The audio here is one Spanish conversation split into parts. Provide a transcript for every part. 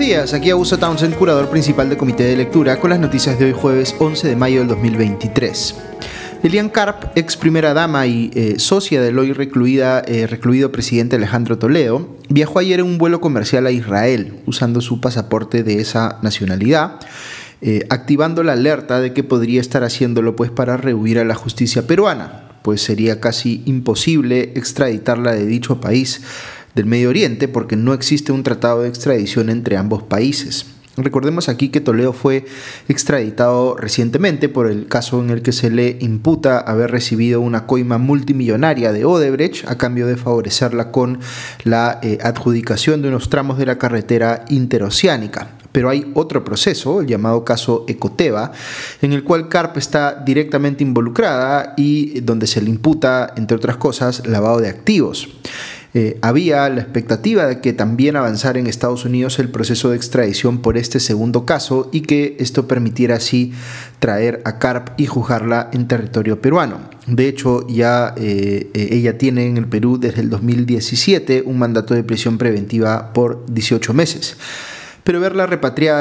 días, aquí Augusto Townsend, curador principal del Comité de Lectura, con las noticias de hoy jueves 11 de mayo del 2023. Elian Karp, ex primera dama y socia del hoy recluido presidente Alejandro Toledo, viajó ayer en un vuelo comercial a Israel, usando su pasaporte de esa nacionalidad, activando la alerta de que podría estar haciéndolo para rehuir a la justicia peruana, pues sería casi imposible extraditarla de dicho país del Medio Oriente porque no existe un tratado de extradición entre ambos países. Recordemos aquí que Toledo fue extraditado recientemente por el caso en el que se le imputa haber recibido una coima multimillonaria de Odebrecht a cambio de favorecerla con la adjudicación de unos tramos de la carretera interoceánica. Pero hay otro proceso, el llamado caso Ecoteva, en el cual Karp está directamente involucrada y donde se le imputa, entre otras cosas, lavado de activos. Había la expectativa de que también avanzara en Estados Unidos el proceso de extradición por este segundo caso y que esto permitiera así traer a Karp y juzgarla en territorio peruano. De hecho, ya ella tiene en el Perú desde el 2017 un mandato de prisión preventiva por 18 meses. Pero verla repatriada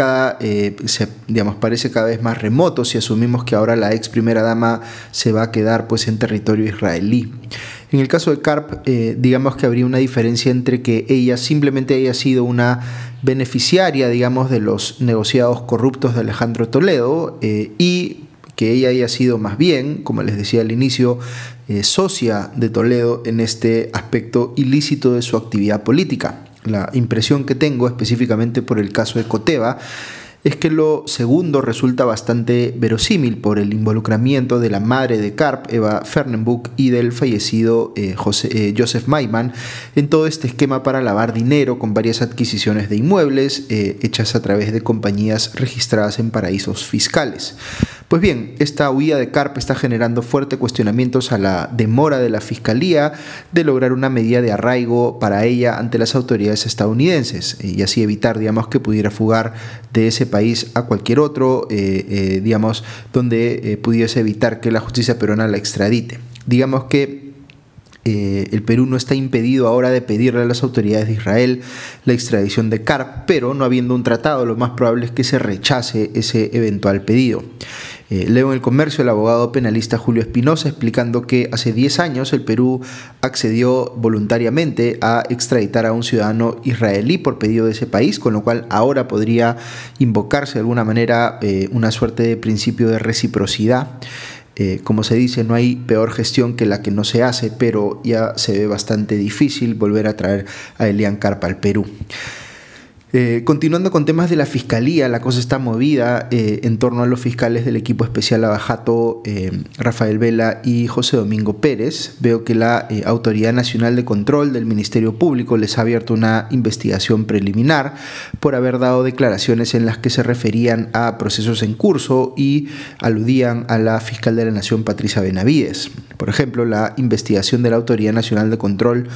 parece cada vez más remoto si asumimos que ahora la ex primera dama se va a quedar en territorio israelí. En el caso de Karp, digamos que habría una diferencia entre que ella simplemente haya sido una beneficiaria, de los negociados corruptos de Alejandro Toledo y que ella haya sido más bien, como les decía al inicio, socia de Toledo en este aspecto ilícito de su actividad política. La impresión que tengo, específicamente por el caso de Ecoteva, es que lo segundo resulta bastante verosímil por el involucramiento de la madre de Karp, Eva Fernenbuch, y del fallecido Joseph Maiman en todo este esquema para lavar dinero con varias adquisiciones de inmuebles hechas a través de compañías registradas en paraísos fiscales. Pues bien, esta huida de Karp está generando fuertes cuestionamientos a la demora de la Fiscalía de lograr una medida de arraigo para ella ante las autoridades estadounidenses y así evitar, que pudiera fugar de ese país a cualquier otro, donde pudiese evitar que la justicia peruana la extradite. Digamos que el Perú no está impedido ahora de pedirle a las autoridades de Israel la extradición de Karp, pero no habiendo un tratado, lo más probable es que se rechace ese eventual pedido. Leo en El Comercio el abogado penalista Julio Espinosa explicando que hace 10 años el Perú accedió voluntariamente a extraditar a un ciudadano israelí por pedido de ese país, con lo cual ahora podría invocarse de alguna manera una suerte de principio de reciprocidad. Como se dice, no hay peor gestión que la que no se hace, pero ya se ve bastante difícil volver a traer a Elian Karp al Perú. Continuando con temas de la Fiscalía, la cosa está movida en torno a los fiscales del equipo especial Lavajato, Rafael Vela y José Domingo Pérez. Veo que la Autoridad Nacional de Control del Ministerio Público les ha abierto una investigación preliminar por haber dado declaraciones en las que se referían a procesos en curso y aludían a la fiscal de la Nación, Patricia Benavides. Por ejemplo, la investigación de la Autoridad Nacional de Control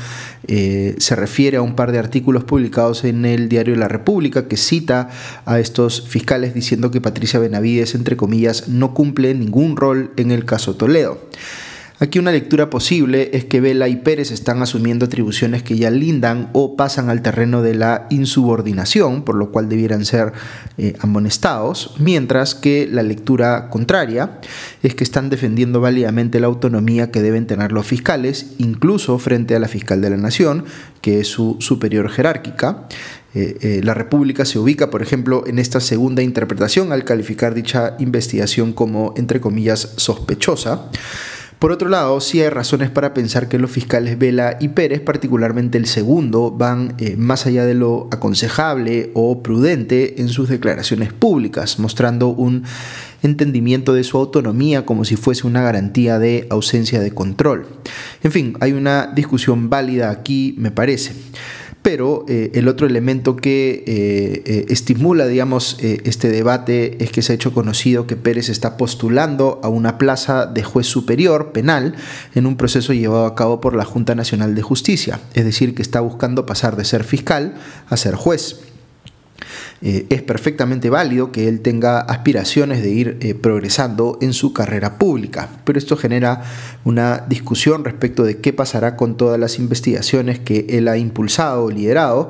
se refiere a un par de artículos publicados en el diario La República que cita a estos fiscales diciendo que Patricia Benavides, entre comillas, no cumple ningún rol en el caso Toledo. Aquí una lectura posible es que Vela y Pérez están asumiendo atribuciones que ya lindan o pasan al terreno de la insubordinación, por lo cual debieran ser amonestados, mientras que la lectura contraria es que están defendiendo válidamente la autonomía que deben tener los fiscales, incluso frente a la fiscal de la Nación, que es su superior jerárquica. La República se ubica, por ejemplo, en esta segunda interpretación al calificar dicha investigación como, entre comillas, sospechosa. Por otro lado, sí hay razones para pensar que los fiscales Vela y Pérez, particularmente el segundo, van más allá de lo aconsejable o prudente en sus declaraciones públicas, mostrando un entendimiento de su autonomía como si fuese una garantía de ausencia de control. En fin, hay una discusión válida aquí, me parece. Pero el otro elemento que estimula, este debate es que se ha hecho conocido que Pérez está postulando a una plaza de juez superior penal en un proceso llevado a cabo por la Junta Nacional de Justicia, es decir, que está buscando pasar de ser fiscal a ser juez. Es perfectamente válido que él tenga aspiraciones de ir progresando en su carrera pública, pero esto genera una discusión respecto de qué pasará con todas las investigaciones que él ha impulsado o liderado,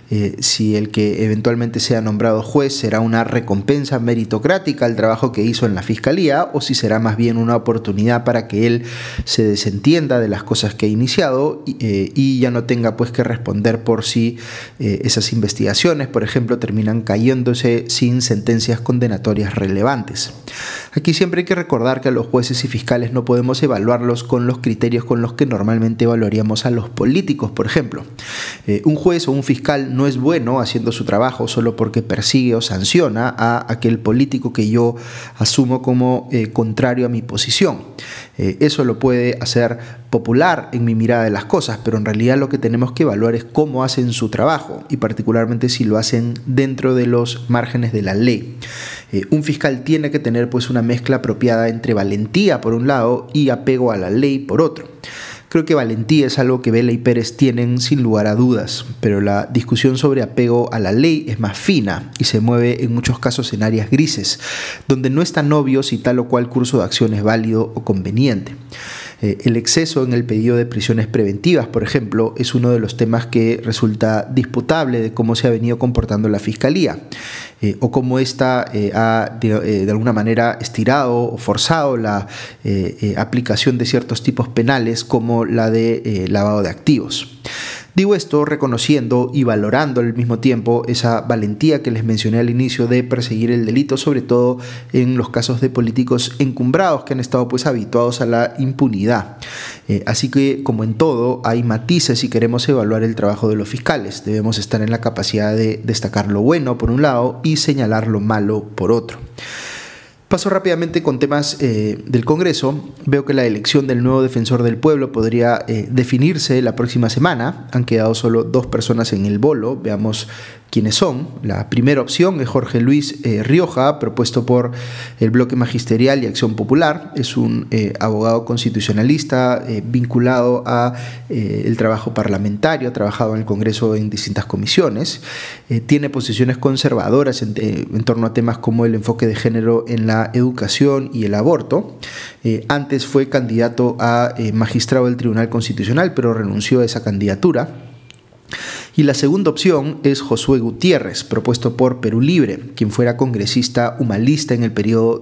si el que eventualmente sea nombrado juez será una recompensa meritocrática al trabajo que hizo en la fiscalía o si será más bien una oportunidad para que él se desentienda de las cosas que ha iniciado y ya no tenga pues que responder por si esas investigaciones, por ejemplo, terminan cayéndose sin sentencias condenatorias relevantes. Aquí siempre hay que recordar que a los jueces y fiscales no podemos evaluarlos con los criterios con los que normalmente evaluaríamos a los políticos, por ejemplo. Un juez o un fiscal no es bueno haciendo su trabajo solo porque persigue o sanciona a aquel político que yo asumo como contrario a mi posición. Eso lo puede hacer popular en mi mirada de las cosas, pero en realidad lo que tenemos que evaluar es cómo hacen su trabajo y particularmente si lo hacen dentro de los márgenes de la ley. Un fiscal tiene que tener pues una mezcla apropiada entre valentía por un lado y apego a la ley por otro. Creo que valentía es algo que Vela y Pérez tienen sin lugar a dudas, pero la discusión sobre apego a la ley es más fina y se mueve en muchos casos en áreas grises, donde no es tan obvio si tal o cual curso de acción es válido o conveniente. El exceso en el pedido de prisiones preventivas, por ejemplo, es uno de los temas que resulta disputable de cómo se ha venido comportando la Fiscalía o cómo ésta ha de alguna manera estirado o forzado la aplicación de ciertos tipos penales como la de lavado de activos. Digo esto reconociendo y valorando al mismo tiempo esa valentía que les mencioné al inicio de perseguir el delito, sobre todo en los casos de políticos encumbrados que han estado pues habituados a la impunidad. Así que, como en todo, hay matices si queremos evaluar el trabajo de los fiscales. Debemos estar en la capacidad de destacar lo bueno por un lado y señalar lo malo por otro. Paso rápidamente con temas del Congreso. Veo que la elección del nuevo defensor del pueblo podría definirse la próxima semana. Han quedado solo 2 personas en el bolo. Veamos quiénes son. La primera opción es Jorge Luis Rioja, propuesto por el Bloque Magisterial y Acción Popular. Es un abogado constitucionalista vinculado a el trabajo parlamentario, ha trabajado en el Congreso en distintas comisiones. Tiene posiciones conservadoras en torno a temas como el enfoque de género en la educación y el aborto. Antes fue candidato a magistrado del Tribunal Constitucional, pero renunció a esa candidatura. Y la segunda opción es Josué Gutiérrez, propuesto por Perú Libre, quien fuera congresista humanista en el periodo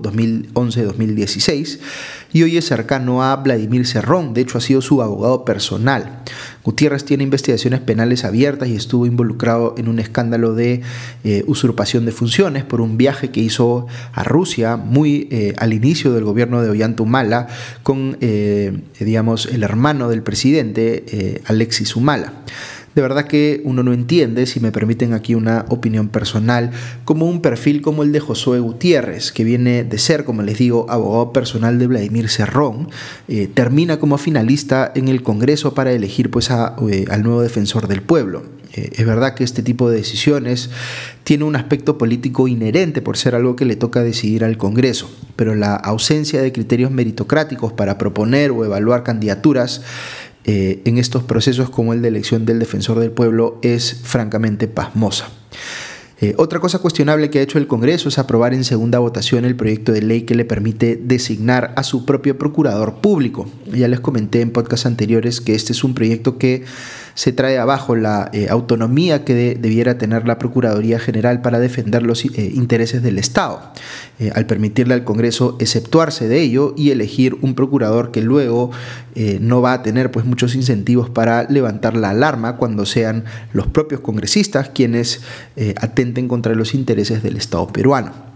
2011-2016 y hoy es cercano a Vladimir Cerrón. De hecho, ha sido su abogado personal. Gutiérrez tiene investigaciones penales abiertas y estuvo involucrado en un escándalo de usurpación de funciones por un viaje que hizo a Rusia muy al inicio del gobierno de Ollanta Humala con, el hermano del presidente, Alexis Humala. De verdad que uno no entiende, si me permiten aquí una opinión personal, como un perfil como el de Josué Gutiérrez, que viene de ser, como les digo, abogado personal de Vladimir Cerrón, termina como finalista en el Congreso para elegir pues al nuevo defensor del pueblo. Es verdad que este tipo de decisiones tiene un aspecto político inherente por ser algo que le toca decidir al Congreso, pero la ausencia de criterios meritocráticos para proponer o evaluar candidaturas en estos procesos como el de elección del defensor del pueblo es francamente pasmosa. Otra cosa cuestionable que ha hecho el Congreso es aprobar en segunda votación el proyecto de ley que le permite designar a su propio procurador público. Ya les comenté en podcasts anteriores que este es un proyecto que se trae abajo la autonomía que debiera tener la Procuraduría General para defender los intereses del Estado, al permitirle al Congreso exceptuarse de ello y elegir un procurador que luego no va a tener pues muchos incentivos para levantar la alarma cuando sean los propios congresistas quienes atenten contra los intereses del Estado peruano.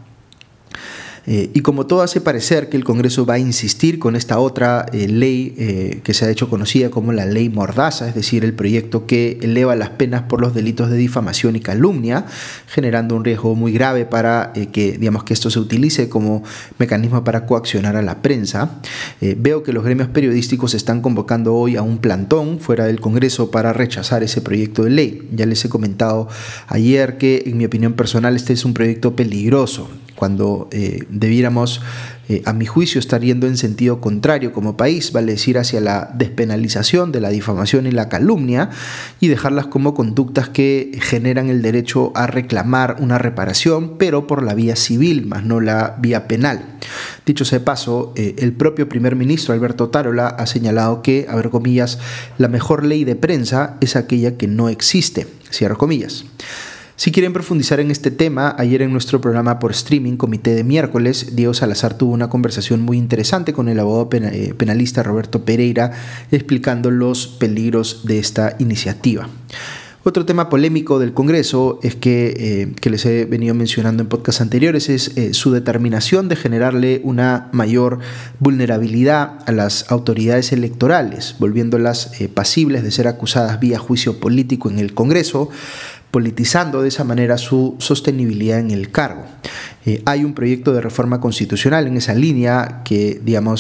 Y como todo hace parecer que el Congreso va a insistir con esta otra ley que se ha hecho conocida como la ley Mordaza, es decir, el proyecto que eleva las penas por los delitos de difamación y calumnia, generando un riesgo muy grave para que esto se utilice como mecanismo para coaccionar a la prensa. Veo que los gremios periodísticos están convocando hoy a un plantón fuera del Congreso para rechazar ese proyecto de ley. Ya les he comentado ayer que, en mi opinión personal, este es un proyecto peligroso. cuando debiéramos, a mi juicio, estar yendo en sentido contrario como país, vale decir, hacia la despenalización de la difamación y la calumnia, y dejarlas como conductas que generan el derecho a reclamar una reparación, pero por la vía civil, más no la vía penal. Dicho sea de paso, el propio primer ministro Alberto Otárola ha señalado que, abro comillas, la mejor ley de prensa es aquella que no existe, cierro comillas. Si quieren profundizar en este tema, ayer en nuestro programa por streaming, Comité de Miércoles, Diego Salazar tuvo una conversación muy interesante con el abogado penalista Roberto Pereira, explicando los peligros de esta iniciativa. Otro tema polémico del Congreso es que les he venido mencionando en podcasts anteriores, es su determinación de generarle una mayor vulnerabilidad a las autoridades electorales, volviéndolas pasibles de ser acusadas vía juicio político en el Congreso, politizando de esa manera su sostenibilidad en el cargo. Hay un proyecto de reforma constitucional en esa línea que,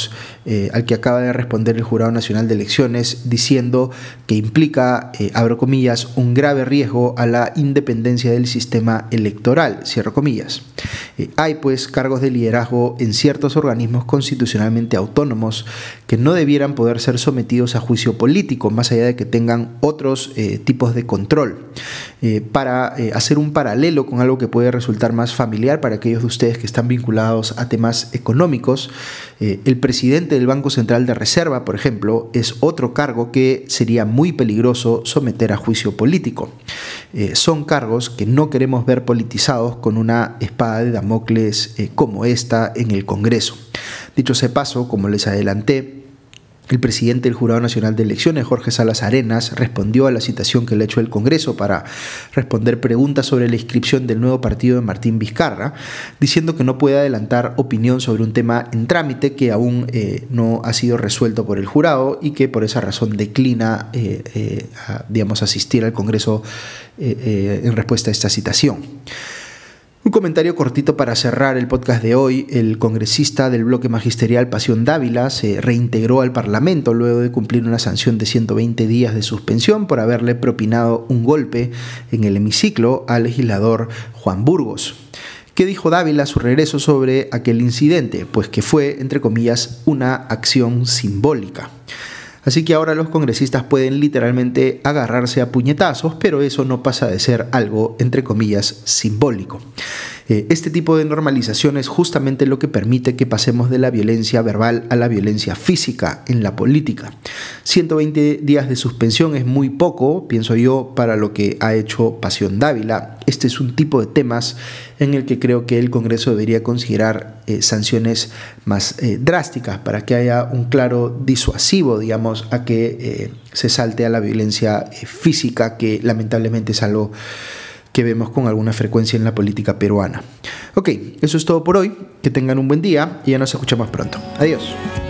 al que acaba de responder el Jurado Nacional de Elecciones, diciendo que implica, abro comillas, un grave riesgo a la independencia del sistema electoral, cierro comillas. Hay pues cargos de liderazgo en ciertos organismos constitucionalmente autónomos que no debieran poder ser sometidos a juicio político, más allá de que tengan otros tipos de control. Para hacer un paralelo con algo que puede resultar más familiar para aquellos de ustedes que están vinculados a temas económicos, el presidente del Banco Central de Reserva, por ejemplo, es otro cargo que sería muy peligroso someter a juicio político. Son cargos que no queremos ver politizados con una espada de Damocles como esta en el Congreso. Dicho sea de paso, como les adelanté, el presidente del Jurado Nacional de Elecciones, Jorge Salas Arenas, respondió a la citación que le ha hecho el Congreso para responder preguntas sobre la inscripción del nuevo partido de Martín Vizcarra, diciendo que no puede adelantar opinión sobre un tema en trámite que aún no ha sido resuelto por el jurado y que por esa razón declina asistir al Congreso en respuesta a esta citación. Un comentario cortito para cerrar el podcast de hoy. El congresista del bloque magisterial Pasión Dávila se reintegró al Parlamento luego de cumplir una sanción de 120 días de suspensión por haberle propinado un golpe en el hemiciclo al legislador Juan Burgos. ¿Qué dijo Dávila a su regreso sobre aquel incidente? Pues que fue, entre comillas, una acción simbólica. Así que ahora los congresistas pueden literalmente agarrarse a puñetazos, pero eso no pasa de ser algo, entre comillas, simbólico. Este tipo de normalización es justamente lo que permite que pasemos de la violencia verbal a la violencia física en la política. 120 días de suspensión es muy poco, pienso yo, para lo que ha hecho Pasión Dávila. Este es un tipo de temas en el que creo que el Congreso debería considerar sanciones más drásticas para que haya un claro disuasivo, a que se salte a la violencia física, que lamentablemente es algo que vemos con alguna frecuencia en la política peruana. Ok, eso es todo por hoy. Que tengan un buen día y ya nos escuchamos pronto. Adiós.